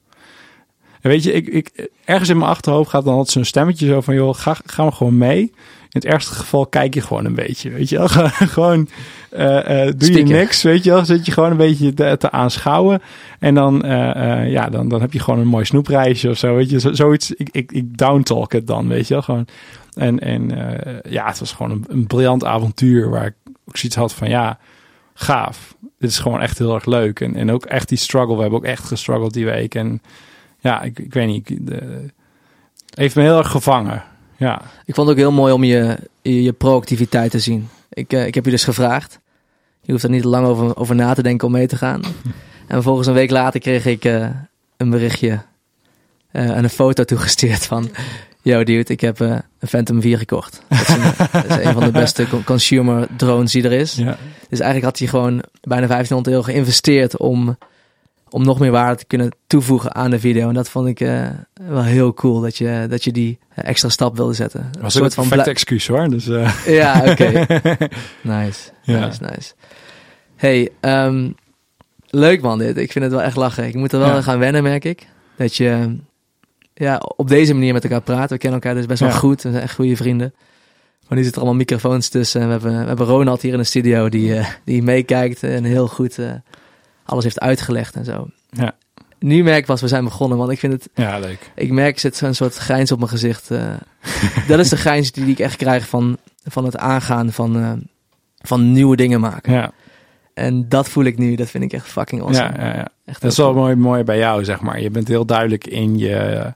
En weet je, ik, ik, ergens in mijn achterhoofd gaat dan altijd zo'n stemmetje zo van, joh, ga, gaan we gewoon mee. In het ergste geval kijk je gewoon een beetje, weet je wel. Gewoon, uh, uh, doe Spieken. je niks, weet je wel. Zit je gewoon een beetje te, te aanschouwen. En dan, uh, uh, ja, dan, dan heb je gewoon een mooi snoepreisje of zo, weet je. Zo, zoiets, ik, ik, ik downtalk het dan, weet je wel. Gewoon. En, en uh, ja, het was gewoon een, een briljant avontuur waar ik ook zoiets had van, ja, gaaf. Dit is gewoon echt heel erg leuk. En, en ook echt die struggle. We hebben ook echt gestruggeld die week. En ja, ik, ik weet niet. Ik, de, heeft me heel erg gevangen. Ja. Ik vond het ook heel mooi om je, je, je proactiviteit te zien. Ik, uh, ik heb je dus gevraagd. Je hoeft er niet lang over, over na te denken om mee te gaan. En vervolgens een week later kreeg ik uh, een berichtje uh, en een foto toegestuurd van, yo dude, ik heb uh, een Phantom vier gekocht. Dat is een, dat is een van de beste consumer drones die er is. Ja. Dus eigenlijk had hij gewoon bijna vijftienhonderd euro geïnvesteerd om, om nog meer waarde te kunnen toevoegen aan de video. En dat vond ik uh, wel heel cool, dat je, dat je die extra stap wilde zetten. Dat was een soort van perfect bla- excuus hoor. Dus, uh... Ja, oké. Okay. Nice, ja. nice, nice. Hey, um, leuk man dit. Ik vind het wel echt lachen. Ik moet er wel ja. gaan wennen, merk ik. Dat je ja, op deze manier met elkaar praat. We kennen elkaar dus best wel Ja. goed. We zijn echt goede vrienden. Maar nu zitten er allemaal microfoons tussen. We hebben, we hebben Ronald hier in de studio die, uh, die meekijkt en heel goed uh, alles heeft uitgelegd en zo. Ja. Nu merk ik pas, we zijn begonnen, want ik vind het... Ja, leuk. Ik merk, er zit zo'n soort grijns op mijn gezicht. Uh, dat is de grijns die, die ik echt krijg van, van het aangaan van, uh, van nieuwe dingen maken. Ja. En dat voel ik nu, dat vind ik echt fucking awesome. Ja, ja, ja. Echt dat is wel mooi, mooi bij jou, zeg maar. Je bent heel duidelijk in je...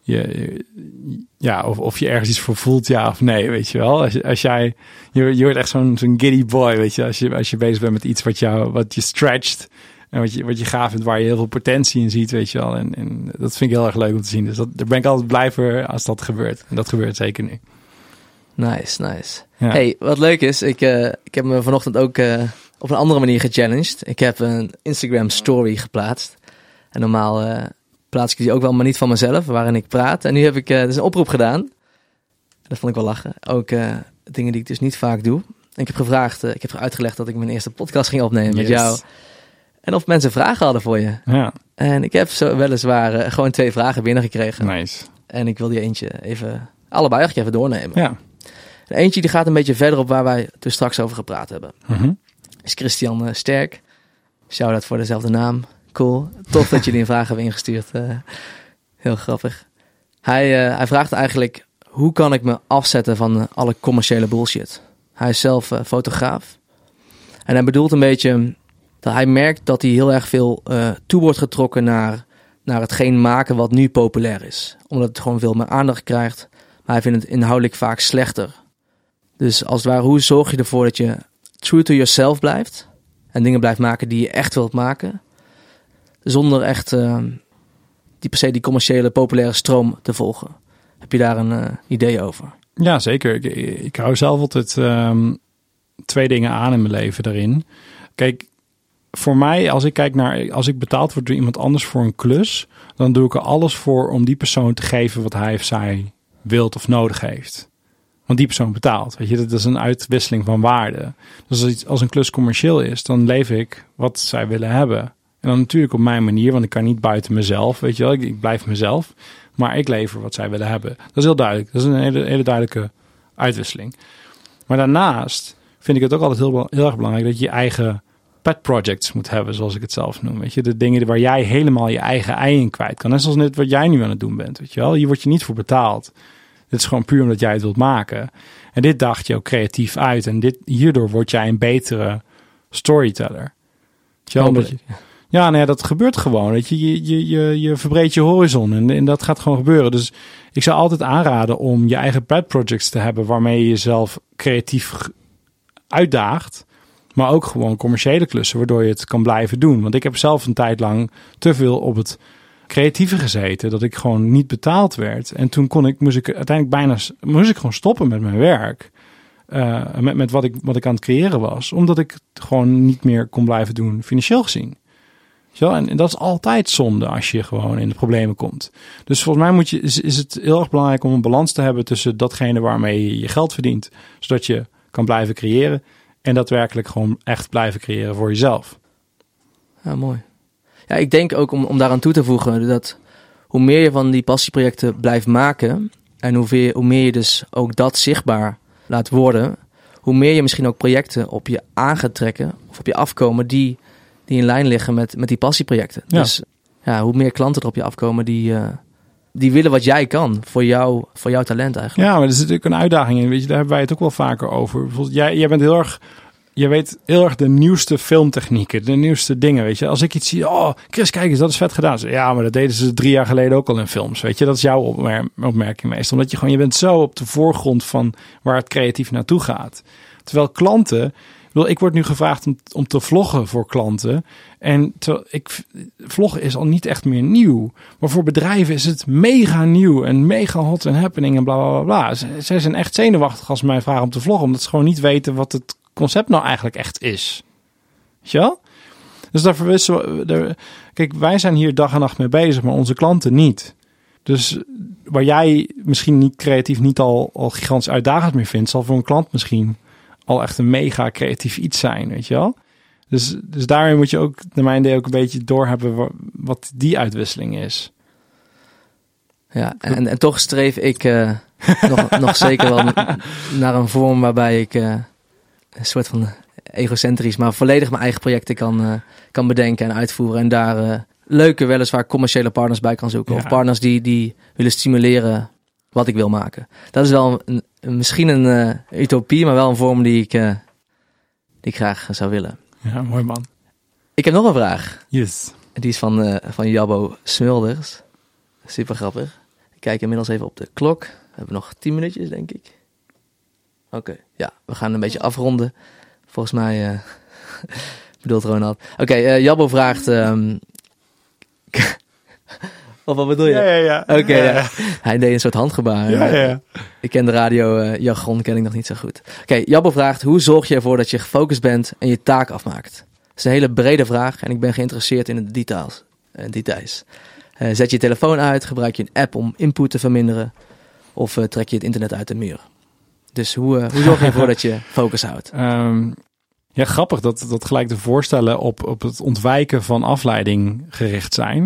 je ja, of, of je ergens iets voor voelt, ja of nee, weet je wel. Als, je, als jij... Je, je wordt echt zo'n zo'n giddy boy, weet je. Als je, als je bezig bent met iets wat, jou, wat je stretcht... En wat je, wat je gaaf vindt, waar je heel veel potentie in ziet, weet je wel. En, en dat vind ik heel erg leuk om te zien. Dus dat, daar ben ik altijd blij voor als dat gebeurt. En dat gebeurt zeker nu. Nice, nice. Ja. Hey, wat leuk is, ik, uh, ik heb me vanochtend ook uh, op een andere manier gechallenged. Ik heb een Instagram story geplaatst. En normaal uh, plaats ik die ook wel, maar niet van mezelf, waarin ik praat. En nu heb ik uh, dus een oproep gedaan. Dat vond ik wel lachen. Ook uh, dingen die ik dus niet vaak doe. En ik heb gevraagd, uh, ik heb uitgelegd dat ik mijn eerste podcast ging opnemen Yes. met jou. En of mensen vragen hadden voor je. Ja. En ik heb zo weliswaar uh, gewoon twee vragen binnengekregen. Nice. En ik wil die eentje even, allebei eigenlijk even doornemen. Ja. En eentje die gaat een beetje verder op waar wij dus straks over gepraat hebben. Mm-hmm. Is Christian uh, Sterk. Shout-out voor dezelfde naam. Cool. Tof dat jullie een vraag hebben ingestuurd. Uh, heel grappig. Hij, uh, hij vraagt eigenlijk, hoe kan ik me afzetten van uh, alle commerciële bullshit? Hij is zelf uh, fotograaf. En hij bedoelt een beetje dat hij merkt dat hij heel erg veel uh, toe wordt getrokken naar, naar hetgeen maken wat nu populair is. Omdat het gewoon veel meer aandacht krijgt. Maar hij vindt het inhoudelijk vaak slechter. Dus als het ware, hoe zorg je ervoor dat je true to yourself blijft? En dingen blijft maken die je echt wilt maken. Zonder echt uh, die per se die commerciële populaire stroom te volgen. Heb je daar een uh, idee over? Ja, zeker. Ik, ik hou zelf altijd um, twee dingen aan in mijn leven daarin. Kijk, voor mij, als ik kijk naar, als ik betaald word door iemand anders voor een klus, dan doe ik er alles voor om die persoon te geven wat hij of zij wilt of nodig heeft. Want die persoon betaalt. Weet je, dat is een uitwisseling van waarde. Dus als, iets, als een klus commercieel is, dan leef ik wat zij willen hebben. En dan natuurlijk op mijn manier, want ik kan niet buiten mezelf, weet je wel. Ik, ik blijf mezelf, maar ik lever wat zij willen hebben. Dat is heel duidelijk. Dat is een hele, hele duidelijke uitwisseling. Maar daarnaast vind ik het ook altijd heel, heel erg belangrijk dat je je eigen pet projects moet hebben, zoals ik het zelf noem. Weet je, de dingen waar jij helemaal je eigen ei in kwijt kan. Net zoals net wat jij nu aan het doen bent, weet je wel. Hier word je niet voor betaald. Dit is gewoon puur omdat jij het wilt maken. En dit daagt je ook creatief uit. En dit, hierdoor word jij een betere storyteller. Weet je wel, omdat je, ja, nou ja, dat gebeurt gewoon. Weet je, je, je, je, je verbreedt je horizon en, en dat gaat gewoon gebeuren. Dus ik zou altijd aanraden om je eigen pet projects te hebben waarmee je jezelf creatief uitdaagt. Maar ook gewoon commerciële klussen, waardoor je het kan blijven doen. Want ik heb zelf een tijd lang te veel op het creatieve gezeten, dat ik gewoon niet betaald werd. En toen kon ik, moest ik uiteindelijk bijna, moest ik gewoon stoppen met mijn werk. Uh, met, met wat ik, wat ik aan het creëren was. Omdat ik het gewoon niet meer kon blijven doen, financieel gezien. Zo, en, en dat is altijd zonde als je gewoon in de problemen komt. Dus volgens mij moet je, is, is het heel erg belangrijk om een balans te hebben tussen datgene waarmee je je geld verdient, zodat je kan blijven creëren en daadwerkelijk gewoon echt blijven creëren voor jezelf. Ja, mooi. Ja, ik denk ook om, om daaraan toe te voegen dat hoe meer je van die passieprojecten blijft maken en hoe, veel, hoe meer je dus ook dat zichtbaar laat worden, hoe meer je misschien ook projecten op je aan gaat trekken of op je afkomen die, die in lijn liggen met, met die passieprojecten. Ja. Dus ja, hoe meer klanten er op je afkomen die, uh, die willen wat jij kan voor, jou, voor jouw talent eigenlijk. Ja, maar er zit natuurlijk een uitdaging in. Weet je, daar hebben wij het ook wel vaker over. Bijvoorbeeld, jij, jij bent heel erg, je weet heel erg de nieuwste filmtechnieken, de nieuwste dingen, weet je. Als ik iets zie, oh, Chris, kijk eens, dat is vet gedaan. Ja, maar dat deden ze drie jaar geleden ook al in films, weet je. Dat is jouw opmer- opmerking meestal. Omdat je gewoon, je bent zo op de voorgrond van waar het creatief naartoe gaat. Terwijl klanten, ik bedoel, ik word nu gevraagd om, om te vloggen voor klanten. En terwijl ik, vloggen is al niet echt meer nieuw. Maar voor bedrijven is het mega nieuw en mega hot and happening en bla bla bla bla. Zij zijn echt zenuwachtig als ze mij vragen om te vloggen, omdat ze gewoon niet weten wat het concept nou eigenlijk echt is. Weet je wel? Dus daarvoor wisten we, kijk, wij zijn hier dag en nacht mee bezig, maar onze klanten niet. Dus waar jij misschien niet creatief niet al, al gigantisch uitdagend meer vindt, zal voor een klant misschien al echt een mega creatief iets zijn, weet je wel? Dus, dus daarin moet je ook, naar mijn idee, ook een beetje doorhebben wat die uitwisseling is. Ja, en, en toch streef ik uh, nog, nog zeker wel naar een vorm waarbij ik uh, een soort van egocentrisch, maar volledig mijn eigen projecten kan, uh, kan bedenken en uitvoeren. En daar uh, leuke, weliswaar commerciële partners bij kan zoeken. Ja. Of partners die, die willen stimuleren wat ik wil maken. Dat is wel een, een, misschien een uh, utopie, maar wel een vorm die ik, uh, die ik graag zou willen. Ja, mooi man. Ik heb nog een vraag. Yes. Die is van, uh, van Jabbo Smulders. Super grappig. Ik kijk inmiddels even op de klok. We hebben nog tien minuutjes, denk ik. Oké, okay. Ja, we gaan een beetje afronden. Volgens mij uh, bedoelt Ronald. Oké, okay, uh, Jabbo vraagt... Um... of wat bedoel je? Ja, ja, ja. Oké, okay, ja, ja. ja. Hij deed een soort handgebaar. Ja, ja, ja. Ik ken de radio-jargon, uh, ken ik nog niet zo goed. Oké, okay, Jabbo vraagt... Hoe zorg je ervoor dat je gefocust bent en je taak afmaakt? Dat is een hele brede vraag en ik ben geïnteresseerd in de details. Uh, details. Uh, zet je je telefoon uit, gebruik je een app om input te verminderen of uh, trek je het internet uit de muur? Dus hoe, uh, hoe zorg je ervoor dat je focus houdt? Um, ja, grappig dat, dat gelijk de voorstellen op, op het ontwijken van afleiding gericht zijn.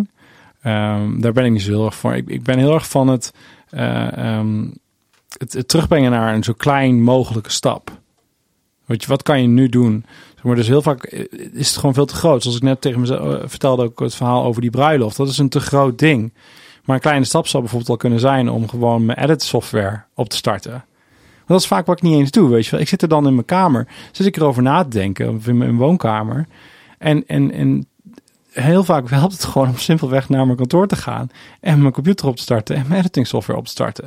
Um, daar ben ik niet zo heel erg voor. Ik, ik ben heel erg van het, uh, um, het, het terugbrengen naar een zo klein mogelijke stap. Weet je, wat kan je nu doen? Maar dus heel vaak is het gewoon veel te groot. Zoals ik net tegen mezelf uh, vertelde, ook het verhaal over die bruiloft. Dat is een te groot ding. Maar een kleine stap zou bijvoorbeeld al kunnen zijn om gewoon mijn edit software op te starten. Want dat is vaak wat ik niet eens doe, weet je wel. Ik zit er dan in mijn kamer, zit ik erover na te denken, of in mijn woonkamer. En, en, en heel vaak helpt het gewoon om simpelweg naar mijn kantoor te gaan en mijn computer op te starten en mijn editing software op te starten.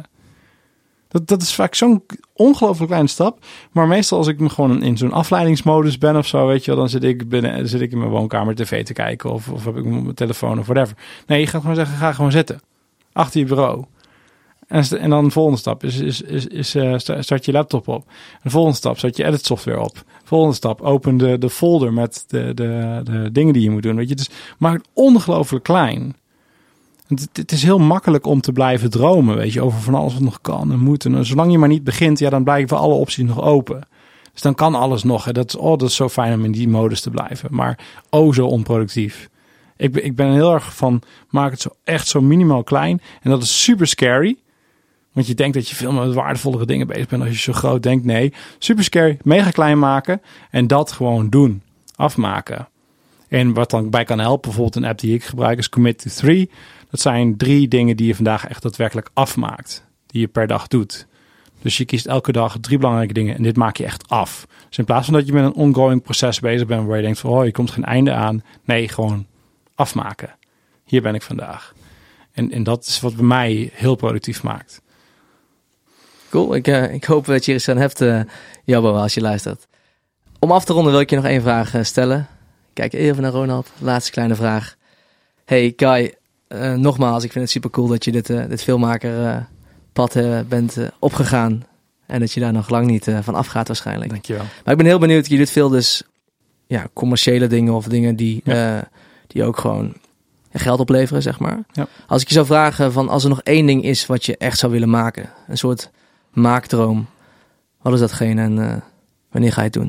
Dat, dat is vaak zo'n ongelooflijk kleine stap. Maar meestal als ik me gewoon in zo'n afleidingsmodus ben of zo, weet je wel, dan zit ik binnen, dan zit ik in mijn woonkamer tv te kijken of, of heb ik mijn telefoon of whatever. Nee, je gaat gewoon zeggen, ga gewoon zitten. Achter je bureau. En, en dan de volgende stap is, is, is, is uh, start je laptop op. En de volgende stap, zet je edit software op. De volgende stap, open de, de folder met de, de, de dingen die je moet doen. Weet je, dus maak het ongelooflijk klein. Het, het is heel makkelijk om te blijven dromen, weet je, over van alles wat nog kan en moet. En zolang je maar niet begint, ja, dan blijven alle opties nog open. Dus dan kan alles nog. Hè. Dat is, oh, dat is zo fijn om in die modus te blijven. Maar oh, zo onproductief. Ik ben, ik ben heel erg van, maak het zo echt zo minimaal klein. En dat is super scary. Want je denkt dat je veel met waardevollere dingen bezig bent als je zo groot denkt. Nee, super scary, mega klein maken en dat gewoon doen. Afmaken. En wat dan bij kan helpen, bijvoorbeeld een app die ik gebruik is Commit to Three. Dat zijn drie dingen die je vandaag echt daadwerkelijk afmaakt. Die je per dag doet. Dus je kiest elke dag drie belangrijke dingen en dit maak je echt af. Dus in plaats van dat je met een ongoing proces bezig bent waar je denkt van, oh, je komt geen einde aan. Nee, gewoon afmaken. Hier ben ik vandaag. En, en dat is wat bij mij heel productief maakt. Cool, ik, uh, ik hoop dat je er iets aan hebt, uh, Jabbo, als je luistert. Om af te ronden wil ik je nog één vraag uh, stellen. Kijk even naar Ronald, laatste kleine vraag. Hey Kai, uh, nogmaals, ik vind het super cool dat je dit, uh, dit filmmakerpad uh, bent uh, opgegaan. En dat je daar nog lang niet uh, van afgaat waarschijnlijk. Dankjewel. Maar ik ben heel benieuwd, je doet veel dus ja, commerciële dingen of dingen die, ja. uh, die ook gewoon geld opleveren, zeg maar. Ja. Als ik je zou vragen van als er nog één ding is wat je echt zou willen maken. Een soort maakdroom. Wat is datgene en uh, wanneer ga je het doen?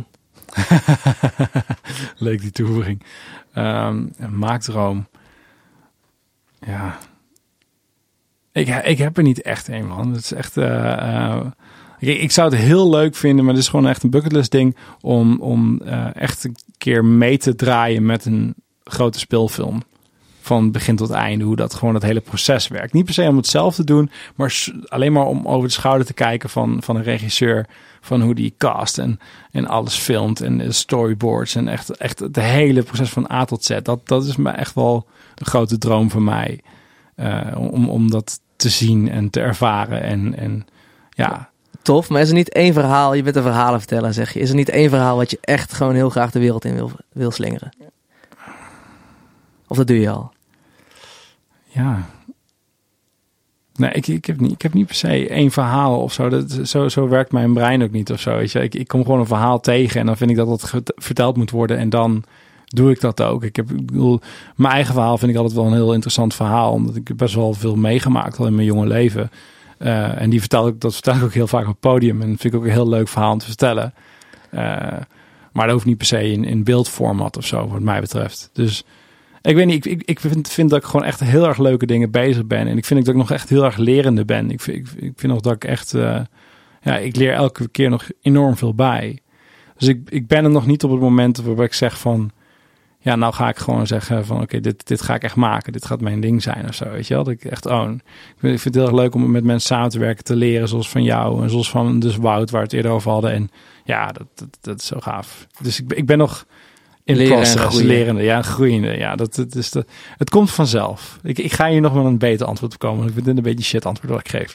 Leuk die toevoeging. Um, een maakdroom. Ja. Ik, ik heb er niet echt een, man. Het is echt... Uh, uh, ik, ik zou het heel leuk vinden, maar het is gewoon echt een bucketlist ding om, om uh, echt een keer mee te draaien met een grote speelfilm. Van begin tot einde, hoe dat gewoon het hele proces werkt. Niet per se om het zelf te doen, maar alleen maar om over de schouder te kijken van, van een regisseur. Van hoe die cast en, en alles filmt en de storyboards. En echt, echt het hele proces van A tot Z. Dat, dat is me echt wel een grote droom van mij. Uh, om, om dat te zien en te ervaren. En, en ja... Tof, maar is er niet één verhaal, je bent een verhalen vertellen, zeg je. Is er niet één verhaal wat je echt gewoon heel graag de wereld in wil, wil slingeren? Of dat doe je al? Ja. Nee, ik, ik, heb niet, ik heb niet per se één verhaal of zo. Dat, zo. Zo werkt mijn brein ook niet of zo. Weet je? Ik, ik kom gewoon een verhaal tegen en dan vind ik dat het verteld moet worden. En dan doe ik dat ook. Ik heb, ik bedoel, mijn eigen verhaal vind ik altijd wel een heel interessant verhaal. Omdat ik best wel veel meegemaakt al in mijn jonge leven. Uh, en die vertel ik, dat vertel ik ook heel vaak op het podium. En dat vind ik ook een heel leuk verhaal om te vertellen. Uh, maar dat hoeft niet per se in, in beeldformat of zo, wat mij betreft. Dus Ik weet niet, ik, ik vind, vind dat ik gewoon echt heel erg leuke dingen bezig ben. En ik vind dat ik nog echt heel erg lerende ben. Ik vind, ik, ik vind nog dat ik echt... Uh, ja, ik leer elke keer nog enorm veel bij. Dus ik, ik ben er nog niet op het moment waarbij ik zeg van... Ja, nou ga ik gewoon zeggen van... Oké, okay, dit, dit ga ik echt maken. Dit gaat mijn ding zijn of zo, weet je wel. Dat ik echt own. Ik vind, ik vind het heel erg leuk om met mensen samen te werken, te leren. Zoals van jou en zoals van dus Wout, waar we het eerder over hadden. En ja, dat, dat, dat is zo gaaf. Dus ik, ik ben nog... In leren proces, lerende, ja, groeiende. Ja, dat, dat is de, het komt vanzelf. Ik, ik ga hier nog wel een beter antwoord op komen. Ik vind dit een beetje shit antwoord wat ik geef.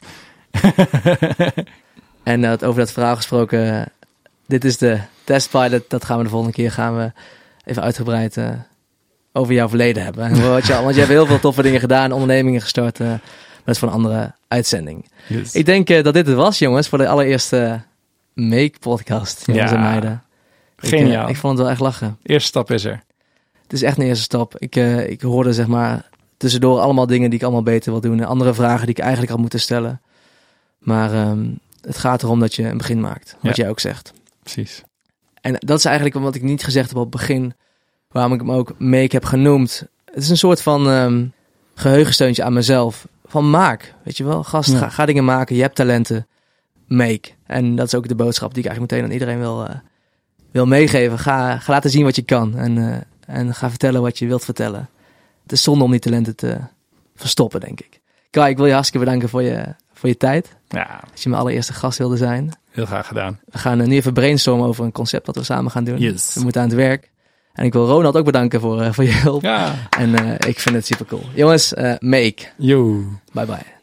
En uh, over dat verhaal gesproken, uh, dit is de testpilot. Dat gaan we de volgende keer gaan we even uitgebreid uh, over jouw verleden hebben. En wat je, want je hebt heel veel toffe dingen gedaan, ondernemingen gestart. Uh, maar dat is voor een andere uitzending. Yes. Ik denk uh, dat dit het was, jongens, voor de allereerste Make podcast. Jongens ja. en meiden. Geniaal. Ik, uh, ik vond het wel echt lachen. Eerste stap is er. Het is echt een eerste stap. Ik, uh, ik hoorde zeg maar tussendoor allemaal dingen die ik allemaal beter wil doen. En andere vragen die ik eigenlijk had moeten stellen. Maar um, het gaat erom dat je een begin maakt. Wat ja. jij ook zegt. Precies. En dat is eigenlijk wat ik niet gezegd heb op het begin. Waarom ik hem ook Make heb genoemd. Het is een soort van um, geheugensteuntje aan mezelf. Van maak. Weet je wel. Gast, ja. ga, ga dingen maken. Je hebt talenten. Make. En dat is ook de boodschap die ik eigenlijk meteen aan iedereen wil... Uh, wil meegeven. Ga, ga laten zien wat je kan. En, uh, en ga vertellen wat je wilt vertellen. Het is zonde om die talenten te verstoppen, denk ik. Kai, ik wil je hartstikke bedanken voor je, voor je tijd. Ja. Dat je mijn allereerste gast wilde zijn. Heel graag gedaan. We gaan uh, nu even brainstormen over een concept dat we samen gaan doen. Yes. We moeten aan het werk. En ik wil Ronald ook bedanken voor, uh, voor je hulp. Ja. En uh, ik vind het super cool. Jongens, uh, Make. Yo. Bye bye.